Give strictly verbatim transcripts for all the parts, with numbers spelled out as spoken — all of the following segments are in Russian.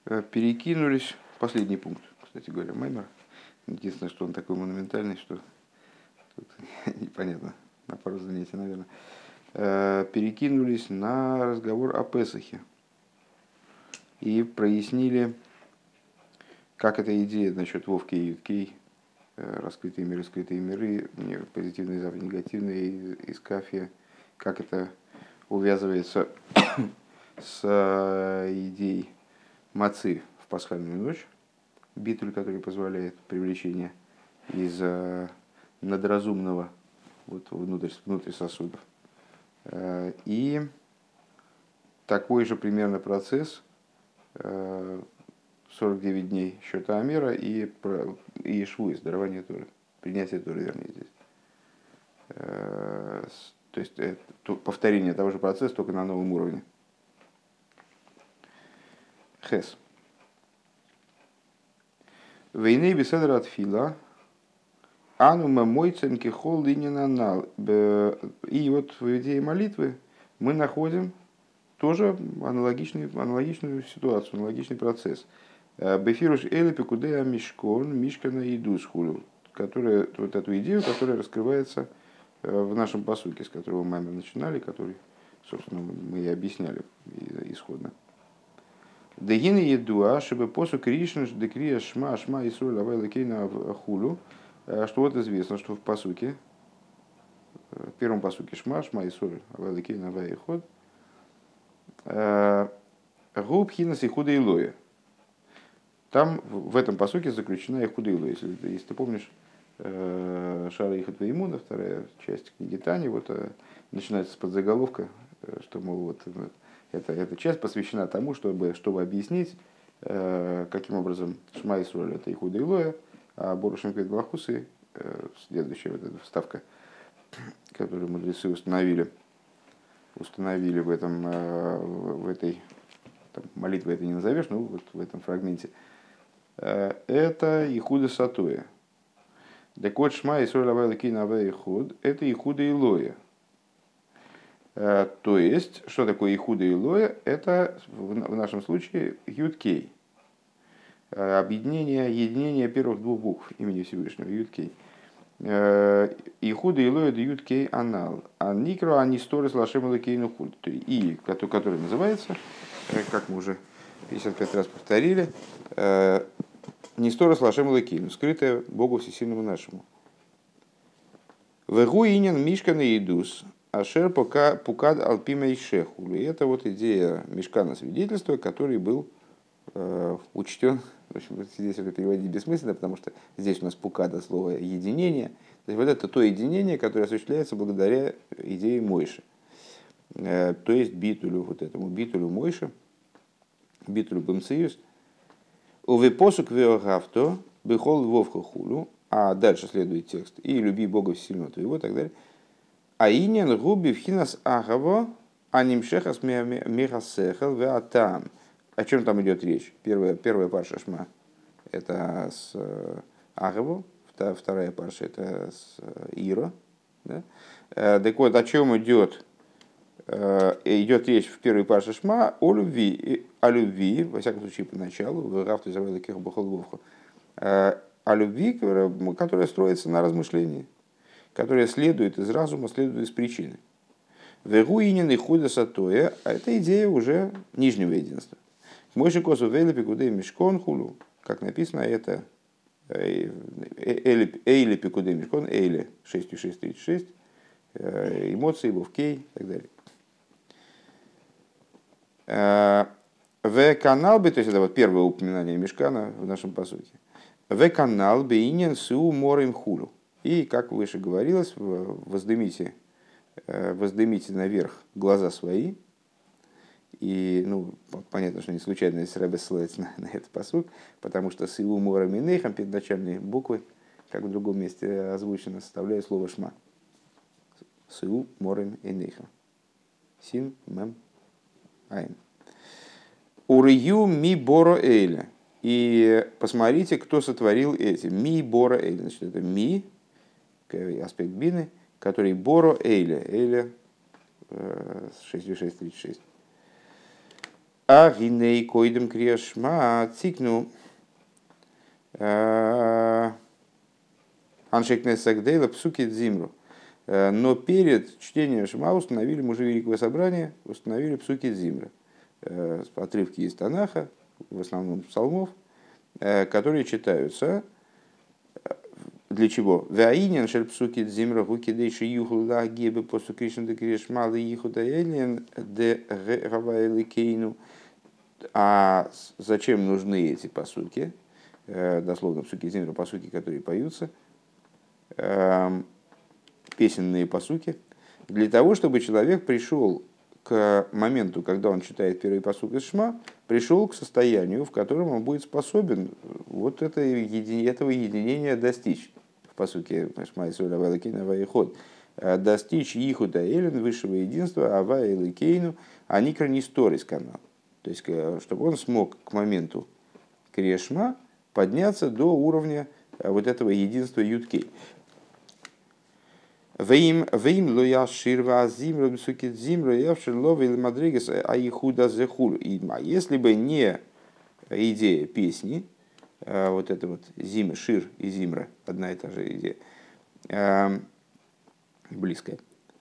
э, перекинулись, последний пункт, кстати говоря, Маймер. Единственное, что он такой монументальный, что тут непонятно, на пару занятий, наверное. Э, перекинулись на разговор о Песахе и прояснили, как эта идея насчет Вовки и Юткей, э, раскрытые миры, скрытые миры, позитивные, завтра негативные, из Кафия, как это увязывается с идеей мацы в пасхальную ночь, битуль, который позволяет привлечение из надразумного вот, внутрь, внутрь сосудов. И такой же примерно процесс сорок девять дней счета Амера и, и Швуис, дарование Торы, принятие Торы, вернее, здесь. То есть это повторение того же процесса, только на новом уровне. Хес. Войны беседа от фила. Анума мой ценки хол нал. И вот в идее молитвы мы находим тоже аналогичный, аналогичную ситуацию, аналогичный процесс. Бефируш элепи кудея мишкон, мишкана иду схулю, которая, вот эту идею, которая раскрывается в нашем посуке, с которого мы начинали, который, собственно, мы и объясняли исходно. Дегины едуа, чтобы посук Кришна декрия шма шма исруль авай лакейна хулю, что вот известно, что в посуке, в первом посуке шма шма исруль авай лакейна авай ход, губ хинас и худа илоя. Там в этом посуке заключена и худа илоя. Если, если ты помнишь, Шара Ихот Веймуна, вторая часть книги Тани, вот начинается с подзаголовка, что, мол, вот эта, эта часть посвящена тому, чтобы, чтобы объяснить, каким образом Шма Исроль это Ихуда Илоя, а Борушем Квет Балахусы, следующая вот эта вставка, которую мудрецы установили, установили в, этом, в этой там, молитве, это не назовешь, но вот в этом фрагменте, это Ихуда Сатуя. Так вот, Шма Исроль авай лакейна авай худ, это Ихуда Илоя. То есть, что такое Ихуда Илоя? Это в нашем случае Юткей. Объединение, единение первых двух букв имени Всевышнего, Юткей. Ихуда Илоя да Юткей анал. А никро анисторис лашем лакейну худ. И, который называется, как мы уже пятьдесят пять раз повторили, Нисторис лашем лакейну, скрытое Богу Всесильному нашему. Вегу инин мишкан идус. Ашер пока пукад алпима и шехулю. И это вот идея мишкана свидетельства, который был э, учтен. В общем, здесь это переводить бессмысленно, потому что здесь у нас пукада слово единение. То есть вот это то единение, которое осуществляется благодаря идее Мойши. Э, то есть битулю, вот этому битулю Мойши, битулю бэмциюс. Увепосук веогавто, бехол вовха хулю. А дальше следует текст. И люби Бога всесильного твоего, и так далее. А инин губи вхинас агаво, а нимшехас мехасехал веатам. О чем там идет речь? Первая, первая парша шма — это с агаво, вторая парша — это с иро. Да? Так вот, о чем идет, идет речь в первой парше шма? О любви, о любви, во всяком случае, поначалу, в рафту изавайла кех бахол вовху, о любви, которая строится на размышлении, которая следует из разума, следует из причины. Вегуинин и худа сатоя, а это идея уже нижнего единства. Мойши косу вейли пикудей мишкон хулу, как написано, это эйли пикудей мишкон, эйли шесть шесть тридцать шесть, эмоции, вовкей и так далее. В канал бы, то есть это вот первое упоминание мишкана в нашем посуке. В канал бейнин су морем хулу. И, как выше говорилось, воздымите, воздымите наверх глаза свои. И, ну, понятно, что не случайно здесь Ребе ссылается на, на этот пасук, потому что с его морем и нейхом перед начальной буквой, как в другом месте озвучено, составляет слово шма. С его морем и нейхом. Син, мем, айн. Урью ми боро эйля. И посмотрите, кто сотворил эти. Ми боро эйля. Значит, это ми, аспект бины, который боро эйля. Эйля шесть шесть тридцать шесть. А гиней койдем криашма цикну аншекнесагдейла псуки дзимру. Но перед чтением Шма установили мужи Великого Собрания, установили псуки дзимры. Отрывки из Танаха, в основном псалмов, которые читаются. Для чего? Ваинен шель псуки дзимра гукидейши юхла гебе посу кришн де кришмалы ихуда элен де гавайликейну. А зачем нужны эти пасуки? Дословно псуки дзимра, пасуки, которые поются, песенные пасуки, для того, чтобы человек пришел к моменту, когда он читает первый пасук из Шма, пришел к состоянию, в котором он будет способен вот это, этого единения достичь. В пасуке Шма Исроэль Авай Элокейну Авай Эход. Достичь Ихуда Элен, высшего единства, Авай Элокейну, а Никра Нисторис канал. То есть, чтобы он смог к моменту Крия Шма подняться до уровня вот этого единства Юткей. Вейм вейм лоя ширва зимра бсукит зимра явшир ловил мадригас аихуда зехур. А если бы не идея песни, вот это вот зим, шир и зимра, одна и та же идея, близкая,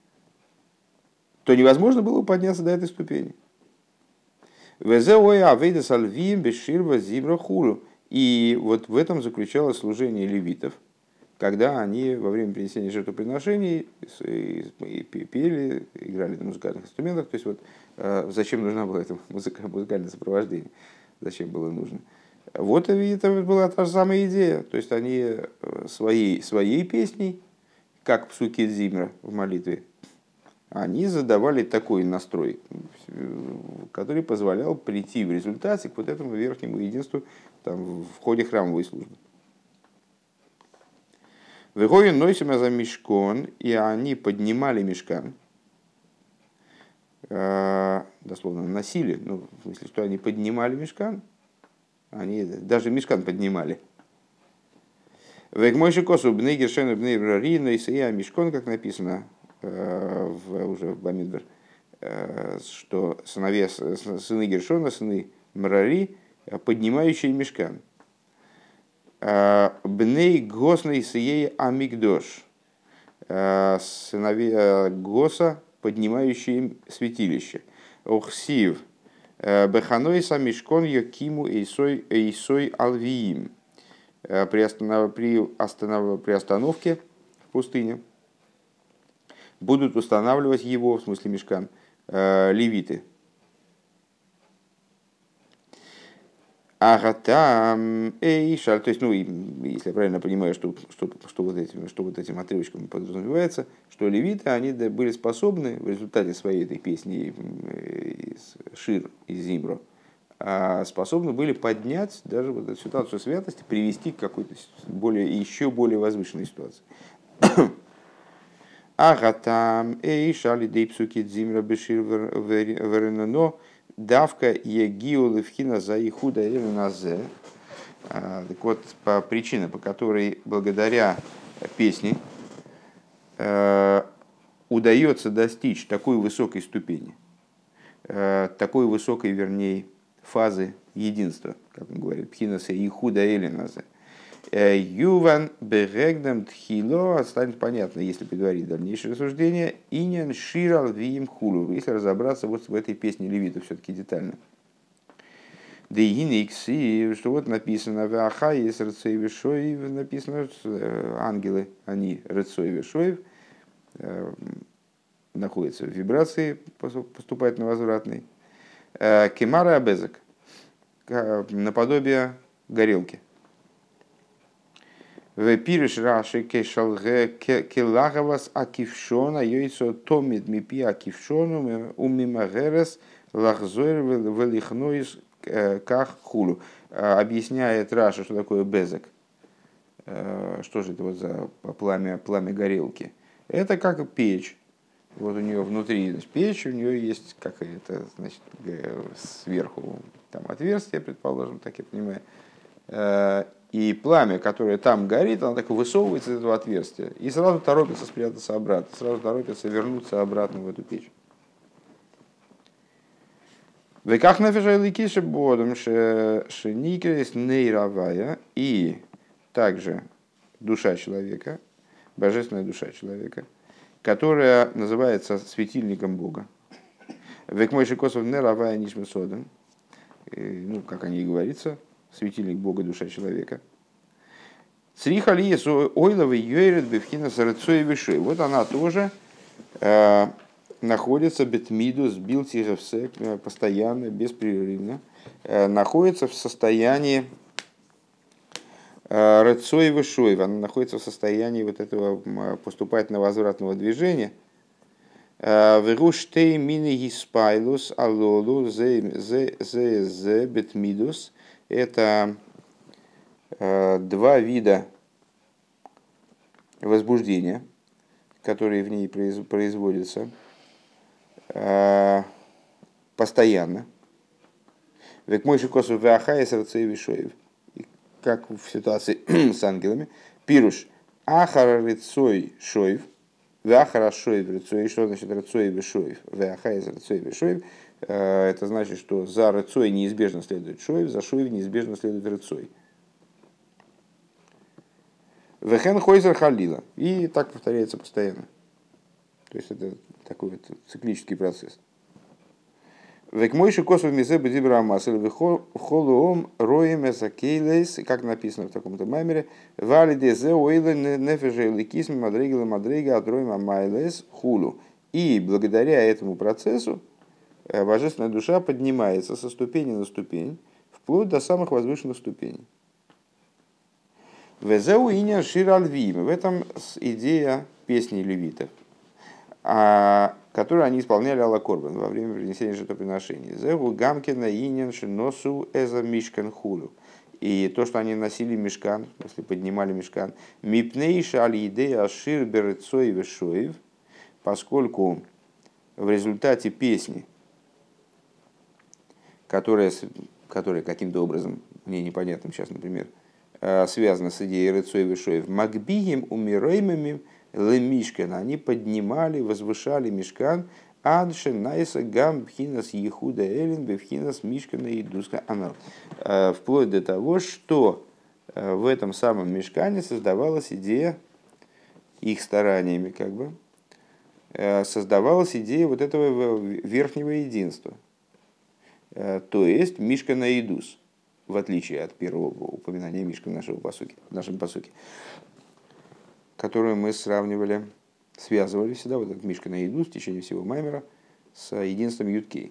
то невозможно было подняться до этой ступени. Везеоя авейдас альвим беширва зимра хуру. И вот в этом заключалось служение левитов, когда они во время принесения жертвоприношений пели, играли на музыкальных инструментах. То есть вот зачем нужно было это музыкальное сопровождение? Зачем было нужно? Вот это была та же самая идея. То есть они своей, своей песней, как псуки зимра в молитве, они задавали такой настрой, который позволял прийти в результате к вот этому верхнему единству там, в ходе храмовой службы. Выходит носим за мишкон, и они поднимали мишкан, дословно носили, ну, в смысле, что они поднимали мишкан, они даже мишкан поднимали. Вегмойши косу бней гершену бней брари, но и мишкон, как написано в, уже в Бамидбар, что сыновья, сыны Гершона, сыны Мрари, поднимающие мишкан. Бней Госный Сией Амигдош, сыновья Госа, поднимающие святилище. Охсив Беханой Самишкон Йокиму Эйсой Эйсой Алвиим. При, останов... при, останов... при остановке в пустыне будут устанавливать его, в смысле мишкан, левиты. Агатам эйшаль, то есть, ну, если я правильно понимаю, что, что, что, вот этим, что вот этим отрывочком подразумевается, что левиты, они были способны в результате своей этой песни Шир и Зимро, способны были поднять даже вот эту ситуацию святости, привести к какой-то более, еще более возвышенной ситуации. Агатам эйшаль дейпсуки Зимро бешир веренено давка егиу левхина за ихуда эльназе. Так вот, по причине, по которой благодаря песне э, удается достичь такой высокой ступени, э, такой высокой, вернее, фазы единства, как он говорит, пхинаса ихуда эльназе. Юван берегдам тхило, станет понятно, если предварить дальнейшее рассуждение, иньян ширал виим хулу, если разобраться вот в этой песне левита все-таки детально. Да и что вот написано в Ахаис Рецоевишоев, написано ангелы, они Рецоевишоев, находятся в вибрации поступательно-возвратной. Кемара Абезек, наподобие горелки. В пириш раши кешалге келагавас акившона йойцо томит мипи акившону умимагерес лахзойр велихноис ках хулу. Объясняет Раша, что такое безек. Что же это вот за пламя, пламя горелки? Это как печь. Вот у нее внутри, значит, печь, у нее есть какая-то, значит, сверху там отверстие, предположим, так я понимаю. И пламя, которое там горит, оно так высовывается из этого отверстия и сразу торопится спрятаться обратно, сразу торопится вернуться обратно в эту печь. В как нафижай киши бодом шеникрес нейравая, и также душа человека, божественная душа человека, которая называется светильником Бога. Век мойши косов нейравая нишмесоден, ну, как о ней говорится, светильник Бога, душа человека. Цриха ли ойловый йойрет бифхина сарыцой вишей. Вот она тоже э, находится бетмидус билтигевсе, постоянно, беспрерывно, э, находится в состоянии э, рыцой вишой. Она находится в состоянии вот этого поступательно-возвратного движения. Веруштей мини гиспайлус алолу зе зе бетмидус. Это два вида возбуждения, которые в ней производятся постоянно. Век мойши косу веахая сарцей вишоев. Как в ситуации с ангелами. Пируш ахара рыцой шоев. Веахара шоев рыцой. Что значит рыцой вишоев? Веахая сарцей вишоев. Это значит, что за рыцой неизбежно следует шоев, за шоев неизбежно следует рыцой. Вехен хойзер халила. И так повторяется постоянно. То есть это такой вот циклический процесс. Век мойши косов мизе бедибра амасел вхолуом роем эсакейлес, как написано в таком-то маймере, валиде зе уэйле нефеже ликисм мадригела мадрига адроем амайлес хулу. И благодаря этому процессу божественная душа поднимается со ступени на ступень, вплоть до самых возвышенных ступеней. В этом идея песни левитов, которую они исполняли Алла Корбан во время принесения жертвоприношений. Зеву гамкина инин шиносу эза мишкан хулу. И то, что они носили мишкан, если поднимали мишкан, мипнейша аль идея ашир берецой вешоев, поскольку в результате песни, которая, которая каким-то образом, мне непонятным сейчас, например, связано с идеей рыцой вишоев, магбием умиреймами лемишкан, они поднимали, возвышали мишкан, адше найса гам бхинас ехуда элин бхинас мишкана и дуска анал, вплоть до того, что в этом самом мишкане создавалась идея, их стараниями как бы, создавалась идея вот этого верхнего единства, то есть мишкана и дус. В отличие от первого упоминания Мишка в нашем пасуке, в нашем пасуке, которую мы сравнивали, связывали всегда, вот этот Мишка на еду в течение всего Маймера, с единством Юткей.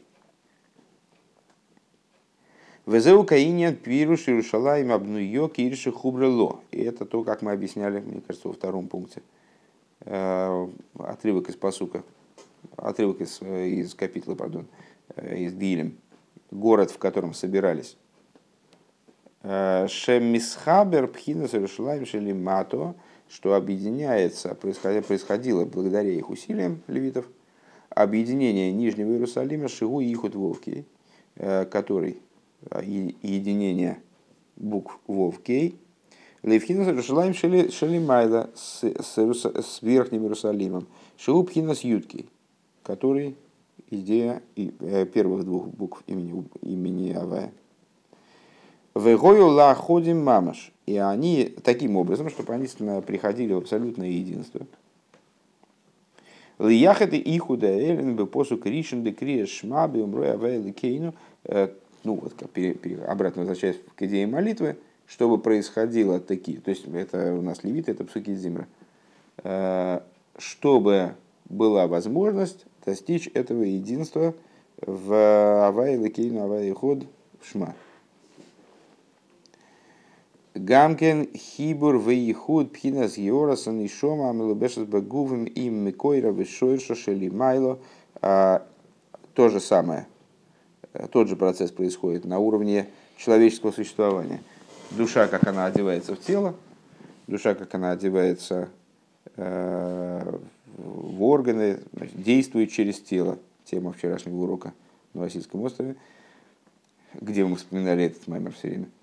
Везеу каинян пируш Иерушалаим обнуё кирши хубрело. И это то, как мы объясняли, мне кажется, во втором пункте. Отрывок из пасука, отрывок из, из капитла, пардон, из Дилем. Город, в котором собирались. Шемисхабер пхинас Иерушалаим шелимато, что объединяется, происходило благодаря их усилиям левитов, объединение Нижнего Иерусалима Шигу и Ихут Вовкей, который единение букв Вовкей, Левхинас Иерушалаим шелимайла с Верхним Иерусалимом, Шигу пхинас Юткей, который идея первых двух букв имени, имени Авая. Вегою лаходим мамаш. И они таким образом, чтобы они приходили в абсолютное единство. Лияхаты ихуда элен бы посу кришен де крия шмаби умроя вейли кейну. Ну вот, обратно возвращаясь к идее молитвы, чтобы происходило такие. То есть это у нас левиты, это псуки зимра. Чтобы была возможность достичь этого единства в авай кейну авай ход в шма. Гамкен хибур вейхуд пхинас йорасан и шома амелубешас багувим им микойра вишойрша шели майло. То же самое, тот же процесс происходит на уровне человеческого существования. Душа, как она одевается в тело, душа, как она одевается в органы, действует через тело. Тема вчерашнего урока на Васильском острове, где мы вспоминали этот маймер все время.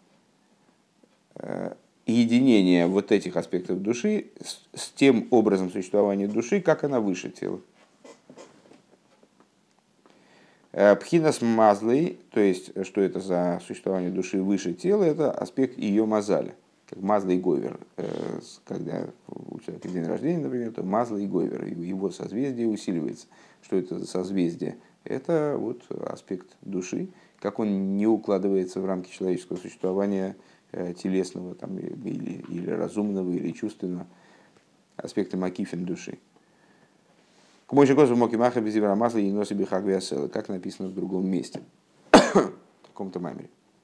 Единение вот этих аспектов души с, с тем образом существования души, как она выше тела. Пхинас мазлей, то есть, что это за существование души выше тела, это аспект ее мазаля. Как мазла и говер. Когда у человека день рождения, например, то мазла и говер, его созвездие усиливается. Что это за созвездие? Это вот аспект души, как он не укладывается в рамки человеческого существования телесного там, или, или разумного, или чувственного. Аспекты макифин души. К мой же козу моки маха без евра масла и носи бихак виасела, как написано в другом месте. В каком-то маймере.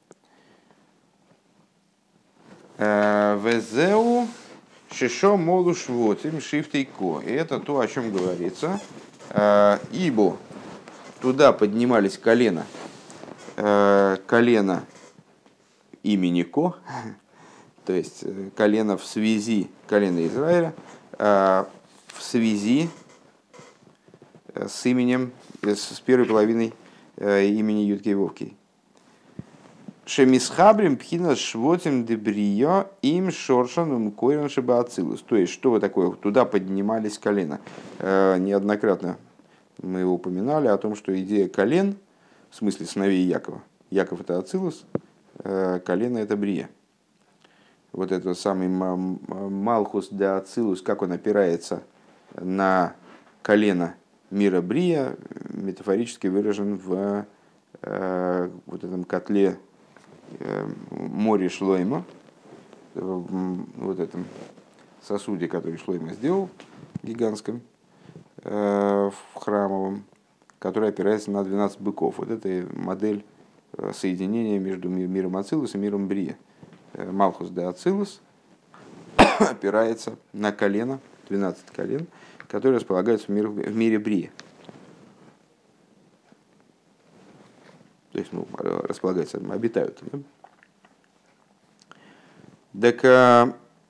Везеу шишо молу швотим шифтейко. И это то, о чем говорится. Ибо туда поднимались колено, колено имени Ко, то есть колено в связи, колено Израиля, в связи с именем, с первой половиной имени Юткей Вовки. Шемисхабрим пхина швотим дебрио им шоршаном койран шибаацилус. То есть, что такое? Туда поднимались колено. Неоднократно мы упоминали о том, что идея колен, в смысле сыновей Якова, Яков это Ацилус, колено это Брия. Вот этот самый Малхус де Ацилус, как он опирается на колено мира Брия, метафорически выражен в вот этом котле море Шлойма, вот этом сосуде, который Шлойма сделал, гигантском, в храмовом, который опирается на двенадцать быков. Вот это модель соединения между миром Ацилус и миром Брия. Малхус де Ацилус опирается на колено, двенадцать колен, которые располагаются в мире, в мире Брия. То есть, ну, располагаются, обитают. Да? Так а,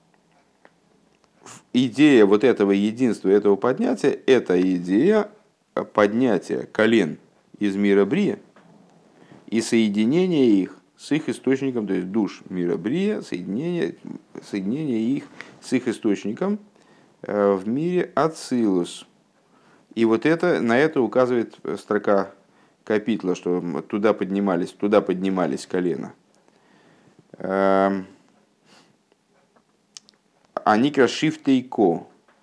идея вот этого единства, этого поднятия, это идея поднятия колен из мира Брия и соединения их с их источником, то есть душ мира Брия, соединение, соединение их с их источником в мире Ацилус. И вот это, на это указывает строка капитла, что туда поднимались, туда поднимались колена. Аникра шифтейко.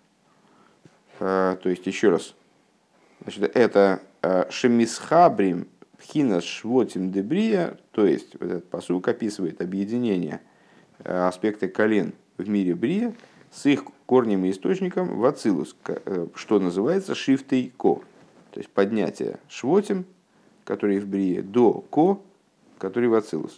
То есть, еще раз. Значит, это шемисхабрим пхинас швотим дебрия, то есть, вот этот пасук описывает объединение аспекта колен в мире Брия с их корнем и источником в Ацилус, что называется шифтейко. То есть, поднятие швотим, который в Брие, до Ко, который в Ацилус.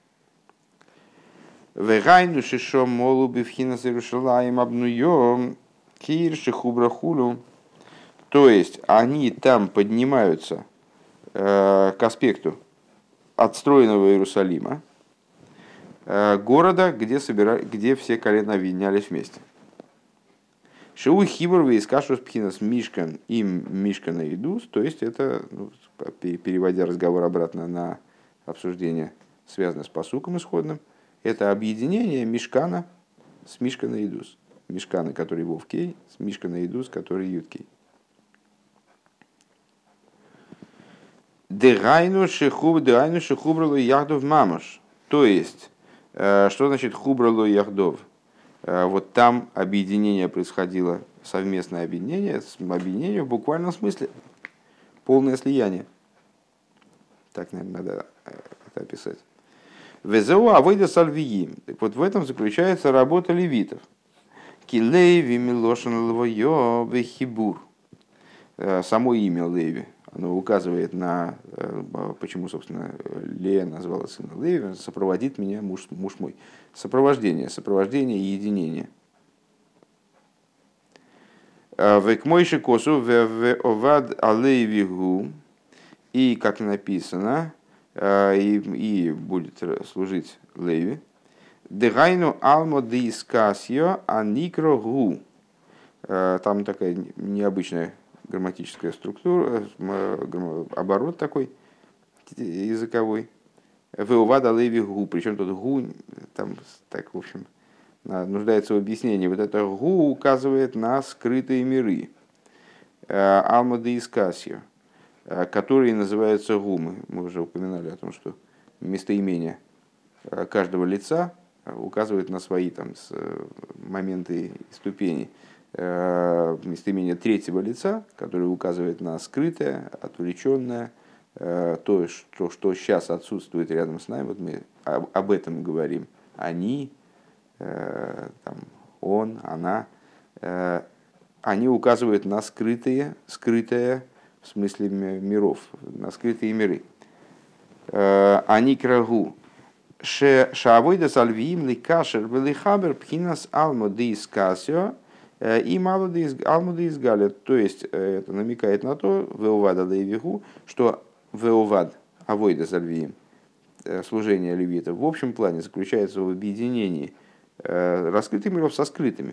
Вегайну шишо молу бифхинас Иерушалаим обнуем кир шихубрахулю. То есть они там поднимаются э, к аспекту отстроенного Иерусалима, э, города, где, собира... где все колена объединялись вместе. Шиу хибр вейскашус пхинас мишкан им мишкана идус, то есть это, ну, переводя разговор обратно на обсуждение, связанное с пасуком исходным, это объединение мишкана с мишкана идус. Мишкана, который вовкей, с мишкана идус, который юткей. Дегайну шехуб, дегайну шехубралу яхдов мамаш. То есть, что значит хубралу яхдов? Вот там объединение происходило, совместное объединение, объединение в буквальном смысле, полное слияние. Так, наверное, надо это описать. Везеу авойда сальвиим. Так вот в этом заключается работа левитов. Килеви милошен лвойо вехибур. Само имя Леви, оно указывает на, почему, собственно, Лея назвала сына Леви, сопроводит меня муж, муж мой. Сопровождение, сопровождение и единение. Векмойши косу овад алейвигу. И, как написано, и, и будет служить Леви. Дегайну алмо дискасио аникро гу. Там такая необычная грамматическая структура, оборот такой языковой. Веувада леви гу. Причем тут гу, там, так, в общем, нуждается в объяснении. Вот это гу указывает на скрытые миры. Алма де искасио. которые называются гумы. Мы уже упоминали о том, что местоимение каждого лица указывает на свои там, моменты и ступени. Местоимение третьего лица, которое указывает на скрытое, отвлеченное, то, что, что сейчас отсутствует рядом с нами, вот мы об, об этом говорим. Они, там, он, она, они указывают на скрытые, скрытое, в смысле миров, на скрытые миры. Они крагу. Шаавойда сальвиим ликашер велихабер пхинас алмуды из касио и малуды из галя. То есть это намекает на то, веувада левигу, что веувад авойда сальвиим, служение левитов, в общем плане заключается в объединении раскрытых миров со скрытыми.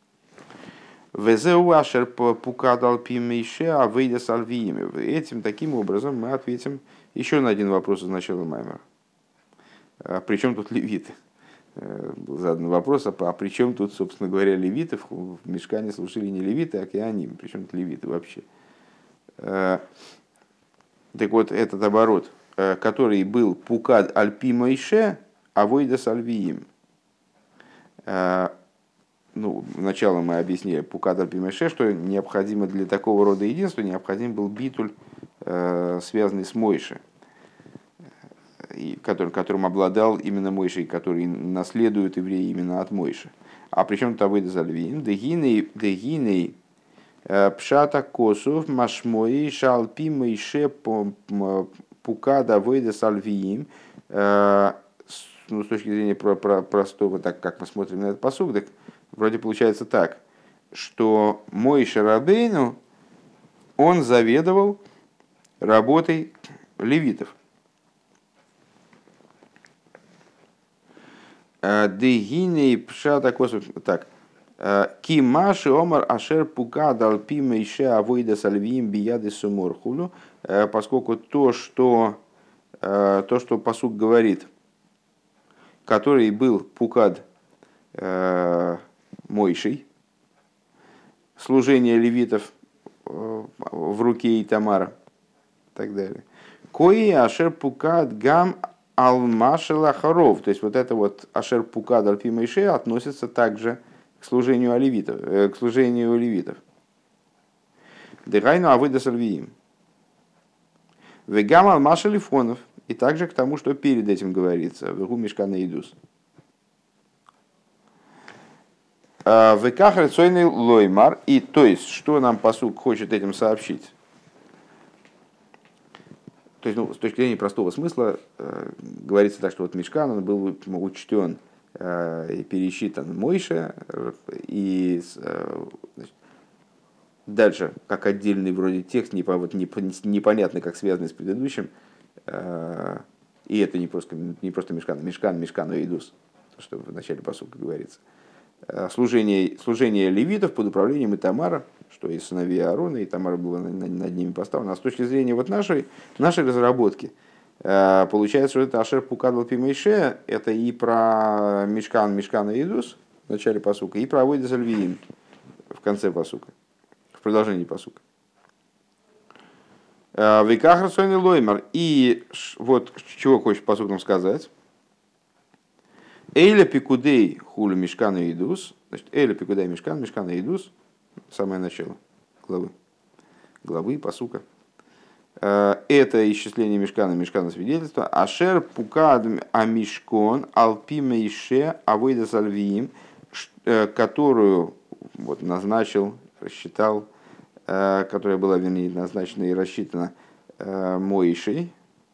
Этим таким образом мы ответим еще на один вопрос из начала маймера. А при чем тут левиты? Был задан вопрос, а при чем тут, собственно говоря, левиты? В Мишкане служили не левиты, а кеаним. При чем тут левиты вообще? Так вот, этот оборот, который был пукад альпи Моише, авойда сальвиим. Ну, сначала мы объяснили пукад альпи Моише, что необходимо для такого рода единства необходим был битуль, связанный с Моише, который, которым обладал именно Мойша, который наследует евреи именно от Мойши. А причем тавыда зальвин, дегиней пшата косов машмои шалпи Мойше пукада войда сальвиим. Ну, с точки зрения про, про, простого, так как мы смотрим на этот пасук, так вроде получается так, что Мойша Рабейну, он заведовал работой левитов. Дегиней пшата косов. Так. Кимаши омар ашер пука далпи мейше авойда сальвиим бияды суморхулю. Поскольку то, что то, что пасук говорит, который был пукад Мойшей, служение левитов в руке Итамара и так далее. Кои ашер пукад гам алмашела харов. То есть вот это вот ашер пукад альпи Мойше относится также к служению левитов, к служению левитов. Дегайну авойда сальвиим. Вегам алмаша лифонов. И также к тому, что перед этим говорится. Вегу мишкана идус. Веках рецойный лоймар. И то есть, что нам пасук хочет этим сообщить? То есть, ну, с точки зрения простого смысла, э, говорится так, что вот Мишкан, он был учтен э, и пересчитан Мойше, и э, значит, дальше, как отдельный вроде текст, не, вот, не, непонятный, как связанный с предыдущим, э, и это не просто, не просто Мишкан, Мишкан, Мишкан и Идус, что в начале пасука говорится. Служение, служение левитов под управлением Итамара, что и сыновей Аарона, и Итамар был над ними поставлен. А с точки зрения вот нашей, нашей разработки, получается, что это Ашер Пукад Алпи Мойше, это и про Мишкан, Мишкан и Идус в начале пасука, и про Авойда Сальвиим в конце пасука, в продолжении пасука. Векахар Сойный Лоймар. И вот чего хочет пасук нам сказать. Эйля пикудей хулю Мишкана и Идус. Значит, Эйля пикудей Мишкан, Мишкана и Идус. Самое начало главы. Главы, пасука. Это исчисление Мишкана, Мишкана свидетельства. Ашер пукад амишкон алпи мейше авойда сальвиим, которую вот, назначил, рассчитал, которая была, вернее, назначена и рассчитана Моишей,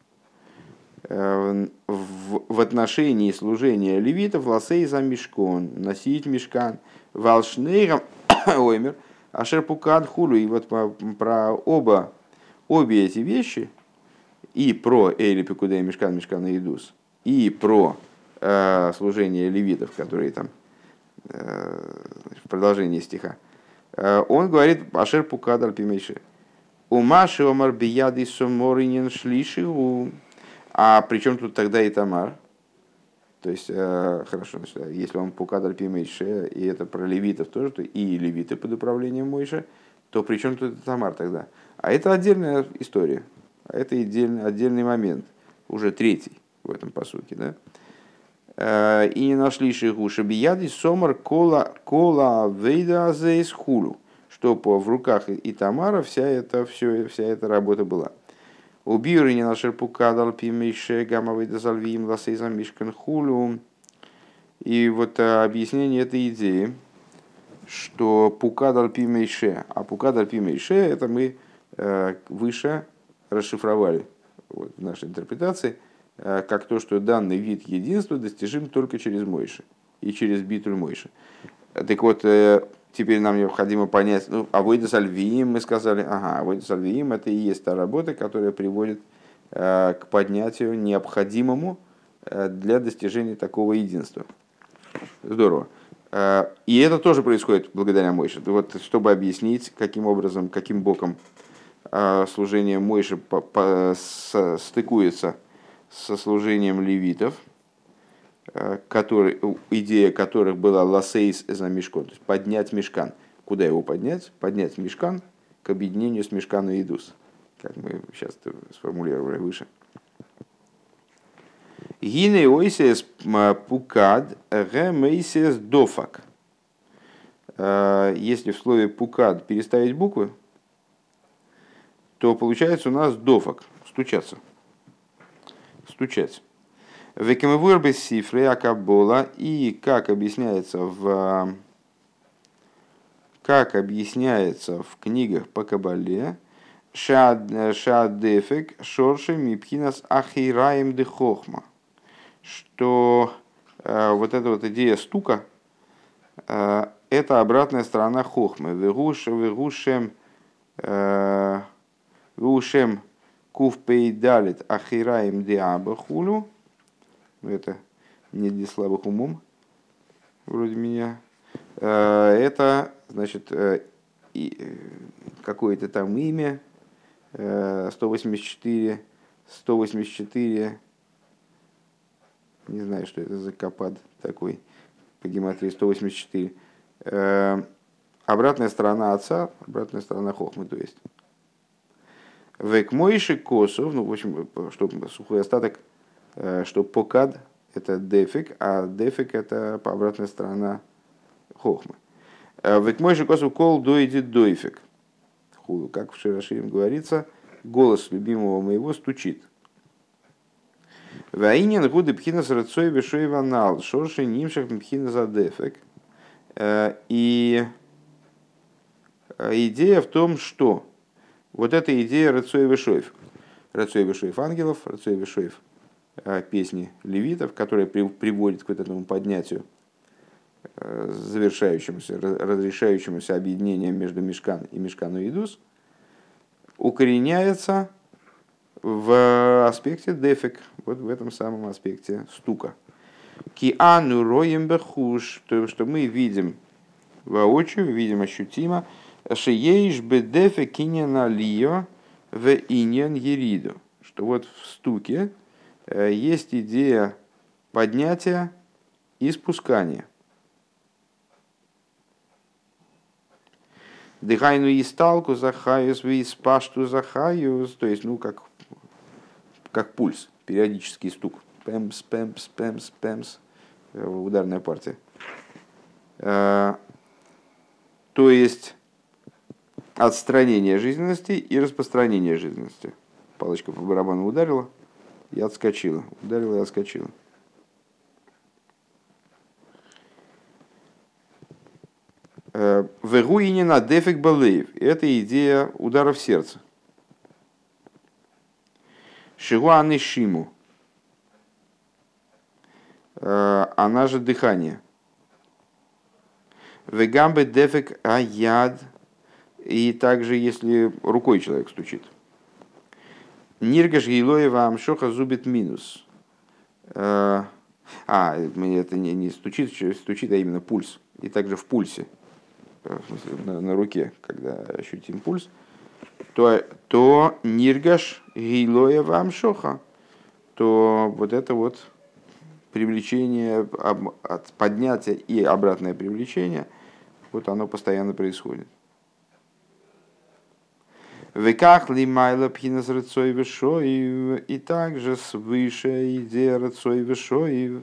В, в отношении служения левитов ласей за мишкон, носить мишкан, валшнейрам оймер, ашер пукад хулу. И вот про, про оба, обе эти вещи, и про эйли пикудей мишкан, мишкан и идус, и про э, служение левитов, которые там э, в продолжении стиха, э, он говорит ашер пукад альпимейши. Умаши омар бияды соморинен шлишигу. А при чем тут тогда и Тамар? То есть, э, хорошо, если он пукад альпи Мойше, и это про левитов тоже, то и левиты под управлением Мойше, то при чем тут Тамар тогда? А это отдельная история. А это отдельный, отдельный момент. Уже третий в этом посуке. Да? Э, и не нашли шигу шабияди сомар кола кола вейда зейс хулу. Что в руках и Тамара вся эта, все, вся эта работа была. Убиры не нашер пукадал пимейше гамовый дозальвим ласейзам мишкан хулу. И вот объяснение этой идеи, что пукад альпи мейше, а пукад альпи мейше, это мы выше расшифровали вот, в нашей интерпретации, как то, что данный вид единства достижим только через Мойше и через битуль Мойше. Так вот, теперь нам необходимо понять, ну, авойда сальвиим, мы сказали, ага, авойда сальвиим это и есть та работа, которая приводит к поднятию необходимому для достижения такого единства. Здорово. И это тоже происходит благодаря Мойше. Вот, чтобы объяснить, каким образом, каким боком служение Мойше стыкуется со служением левитов, который, идея которых была ласейс за мишкан, то есть поднять мишкан. Куда его поднять? Поднять мишкан к объединению с мишкану и идус, как мы сейчас сформулировали выше. Гине ойсес пукад гемейсес дофак. Если в слове пукад переставить буквы, то получается у нас дофак, стучаться, стучать. Векемевуэр без сифры акабола, и как объясняется в как объясняется в книгах по кабале, шадефек шорши мипхинас ахираем де хохма, что э, вот эта вот идея стука э, это обратная сторона хохмы. Вегуш вегушем э, вегушем куфпейдалит ахираем де абахулю. Это не для слабых умом, вроде меня. Это, значит, какое-то там имя, сто восемьдесят четыре, сто восемьдесят четыре, не знаю, что это за капад такой, по гематрии сто восемьдесят четыре. Обратная сторона отца, обратная сторона хохмы, то есть. Век мойши косов, ну, в общем, чтобы сухой остаток, что покад это дефик, а дефик это обратная сторона хохмы. Ведь мой же косу кол дойдет дойфик. Как в Широширим говорится, голос любимого моего стучит. Ваинен гуды пхинас рацой вешой ванал, шорши нимшах пхина за дефик. И идея в том, что вот эта идея рацой вешоев. Рацой вешоев ангелов, рацой вешоев песни левитов, которые приводят к вот этому поднятию, завершающемуся, разрешающемуся объединением между Мишкан и Мишкану Идус, укореняется в аспекте дефек, вот в этом самом аспекте стука. Ки ану роем бехуш, то, что мы видим воочию, видим ощутимо, шееш бедефек кинена лио в иньян ериду, что вот в стуке есть идея поднятия и спускания. Дыхайну и сталку захаюс, ви спашту захаюс, то есть, ну, как, как пульс, периодический стук. Пэмс, пэмс, пэмс, пэмс, ударная партия. То есть, отстранение жизненности и распространение жизненности. Палочка по барабану ударила и отскочила. Ударила и отскочила. Вегуини на дефик балеев. Это идея удара в сердце. Шигуаны шиму. Она же дыхание. Вегамбе дефик аяд. И также, если рукой человек стучит. Ниргаш гилоева амшоха зубит минус. А, это не, не стучит, стучит, а именно пульс. И также в пульсе. В смысле, на, на руке, когда ощутим пульс, то, то ниргаш гилоя вам шоха, то вот это вот привлечение, от поднятия и обратное привлечение, вот оно постоянно происходит. Веках ли майла пхинас рыцой вешоив, и также свыше идея рыцой вешоив.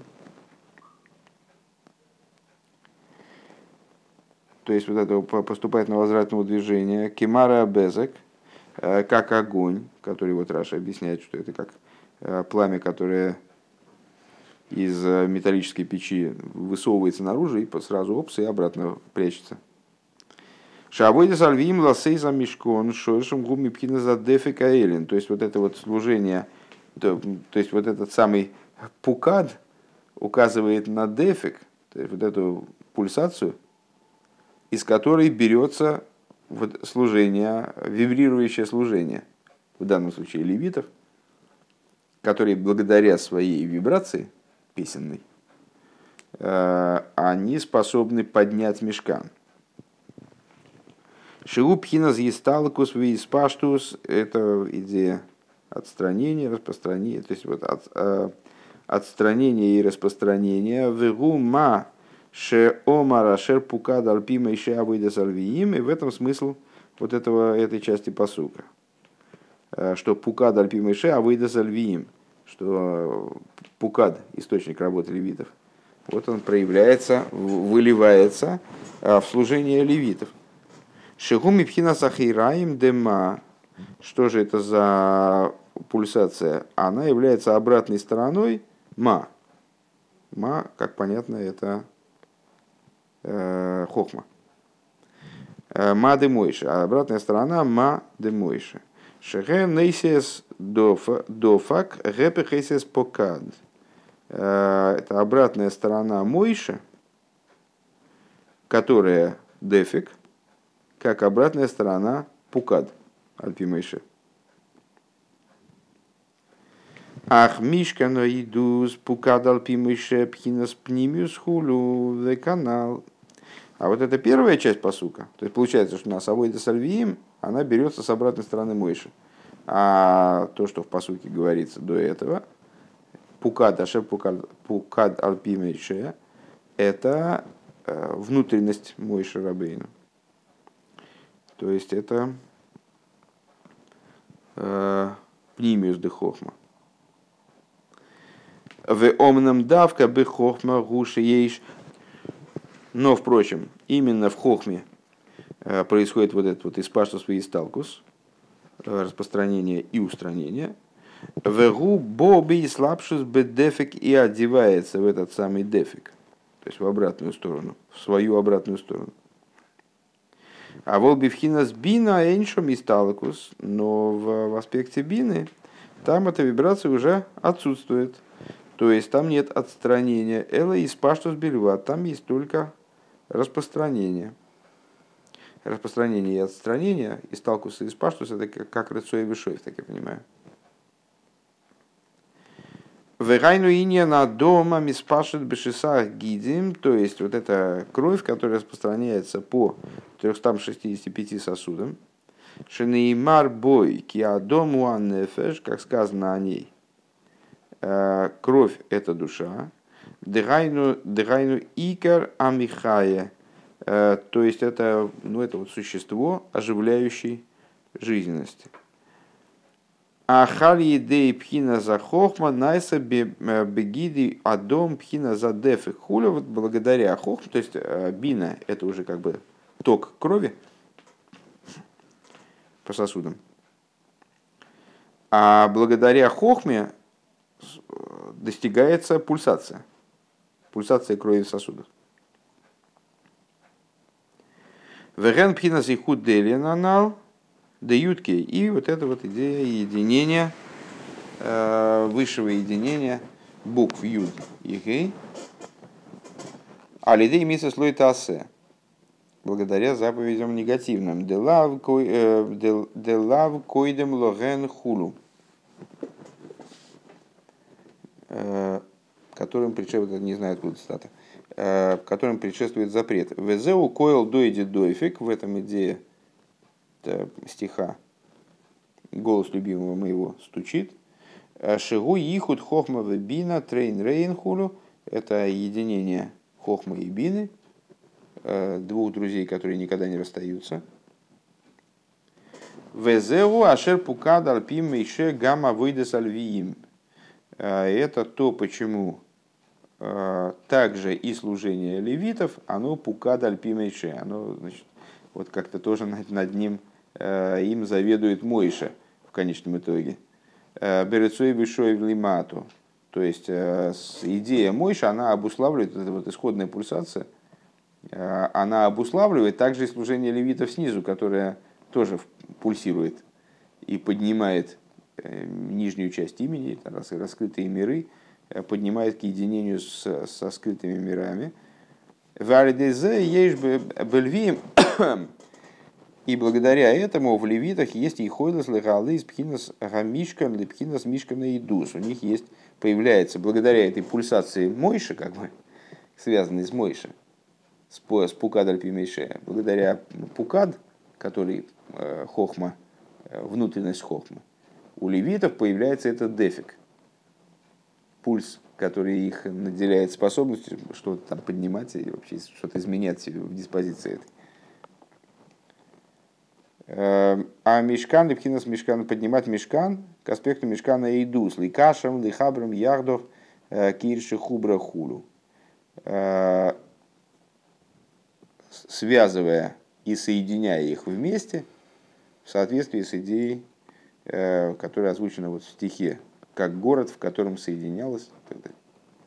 То есть вот это поступательного возвратного движения. Кемара безек, как огонь, который вот Раша объясняет, что это как пламя, которое из металлической печи высовывается наружу и сразу опс и обратно прячется. Шабойда сальвим ласейза мишкон шошем гуми пхина за дефика эллин. То есть вот это вот служение, то, то есть вот этот самый пукад указывает на дефик, то есть вот эту пульсацию, из которой берется вот служение, вибрирующее служение, в данном случае левитов, которые благодаря своей вибрации песенной, они способны поднять мишкан. Шиупхинас есталкус виспаштус – это идея отстранения, распространения, то есть вот от, э, отстранения и распространения. Вегума ше омара шер пукад альпима и ше авойда сальвиим. И в этом смысл вот этого, этой части пасука. Что пукад альпима и ше авойда сальвиим. Что пукад, источник работы левитов, вот он проявляется, выливается в служение левитов. Шигуми пхина сахираим дема. Что же это за пульсация? Она является обратной стороной ма. Ма, как понятно, это э, хохма. Ма де мойши. А обратная сторона ма де мойши. Шеген нейсес дофак гэпэ хейсес покад. Это обратная сторона мойши, которая дефик, как обратная сторона пукад, альпимейши. Ах, мишка но идус пукад альпимейши пхинас пнимиус хулю в канал. А вот это первая часть пасука. То есть получается, что у нас авойда сальвиим, она берется с обратной стороны мойши. А то, что в пасуке говорится до этого, пукад ашер пукад, пукад альпимейши, это внутренность мойши рабейну. То есть это пнимиус де хохма. В омном давка бы хохма гуши ейш. Но, впрочем, именно в хохме происходит вот этот вот испаштус и сталкус, распространение и устранение. Вегу боби слабшус бы дефик и одевается в этот самый дефик, то есть в обратную сторону, в свою обратную сторону. А волбивхина с бина эншом и сталкус, но в, в аспекте бины там эта вибрация уже отсутствует. То есть там нет отстранения. Эла и спаштус бельва, там есть только распространение. Распространение и отстранение, и сталкус и спаштус, это как рыцой и вишоев, так я понимаю. Вегайну инья на дома миспашет бешисах гидим, то есть вот эта кровь, которая распространяется по трёмстам шестидесяти пяти сосудам. Шенеймар бой киадому аннефеш, как сказано о ней. Кровь – это душа. Дегайну икар амихая, то есть это, ну, это вот существо, оживляющей жизненности. А хали идеи пхина за хохма найса бегиди адом пхина за дефи хуля, вот благодаря хохме, то есть бина – это уже как бы ток крови по сосудам. А благодаря хохме достигается пульсация. Пульсация крови в сосудах. Веген пхина зихуд делинанал даютки. И вот эта вот идея единения, высшего единения букв Юд и Гей. А лидей миса слой тассе. Благодаря заповедям негативным. Делав койдем логен хулу. Которым предшествует, не знаю откуда цитата, которым предшествует запрет. Везеу койл дойди дойфик, в этом идее стиха голос любимого моего стучит. Шигу ихуд хохма вебина трейн рейн хулу, это единение хохмы и бины, двух друзей, которые никогда не расстаются. Везеу ашер пукад альпим мейше гамма выйдес альвиим. Это то, почему также и служение левитов, оно пукад альпим мейше. Оно, значит, вот как-то тоже над, над ним им заведует Мойша в конечном итоге. Берецой вишой в лимату. То есть идея Мойша, она обуславливает, эта вот исходная пульсация, она обуславливает также и служение левитов снизу, которое тоже пульсирует и поднимает нижнюю часть имени, раскрытые миры, поднимает к единению с, со скрытыми мирами. И благодаря этому в левитах есть и хойдас легалы из пхинас гамишкан лепхинас мишкан и идус. У них есть, появляется, благодаря этой пульсации Мойши, как бы связанной с Мойши, с пукад альпимейше, благодаря пукад, который э, хохма, э, внутренность хохмы, у левитов появляется этот дефик, пульс, который их наделяет способностью что-то там поднимать и вообще что-то изменять в диспозиции этой. А мишкан, лепхинас мишкан, поднимать мишкан к аспекту мишкана и идус, ликашам, лихабрам, яхдов, кирши, хубра, хулу. Связывая и соединяя их вместе в соответствии с идеей, которая озвучена вот в стихе, как город, в котором соединялось, и так далее.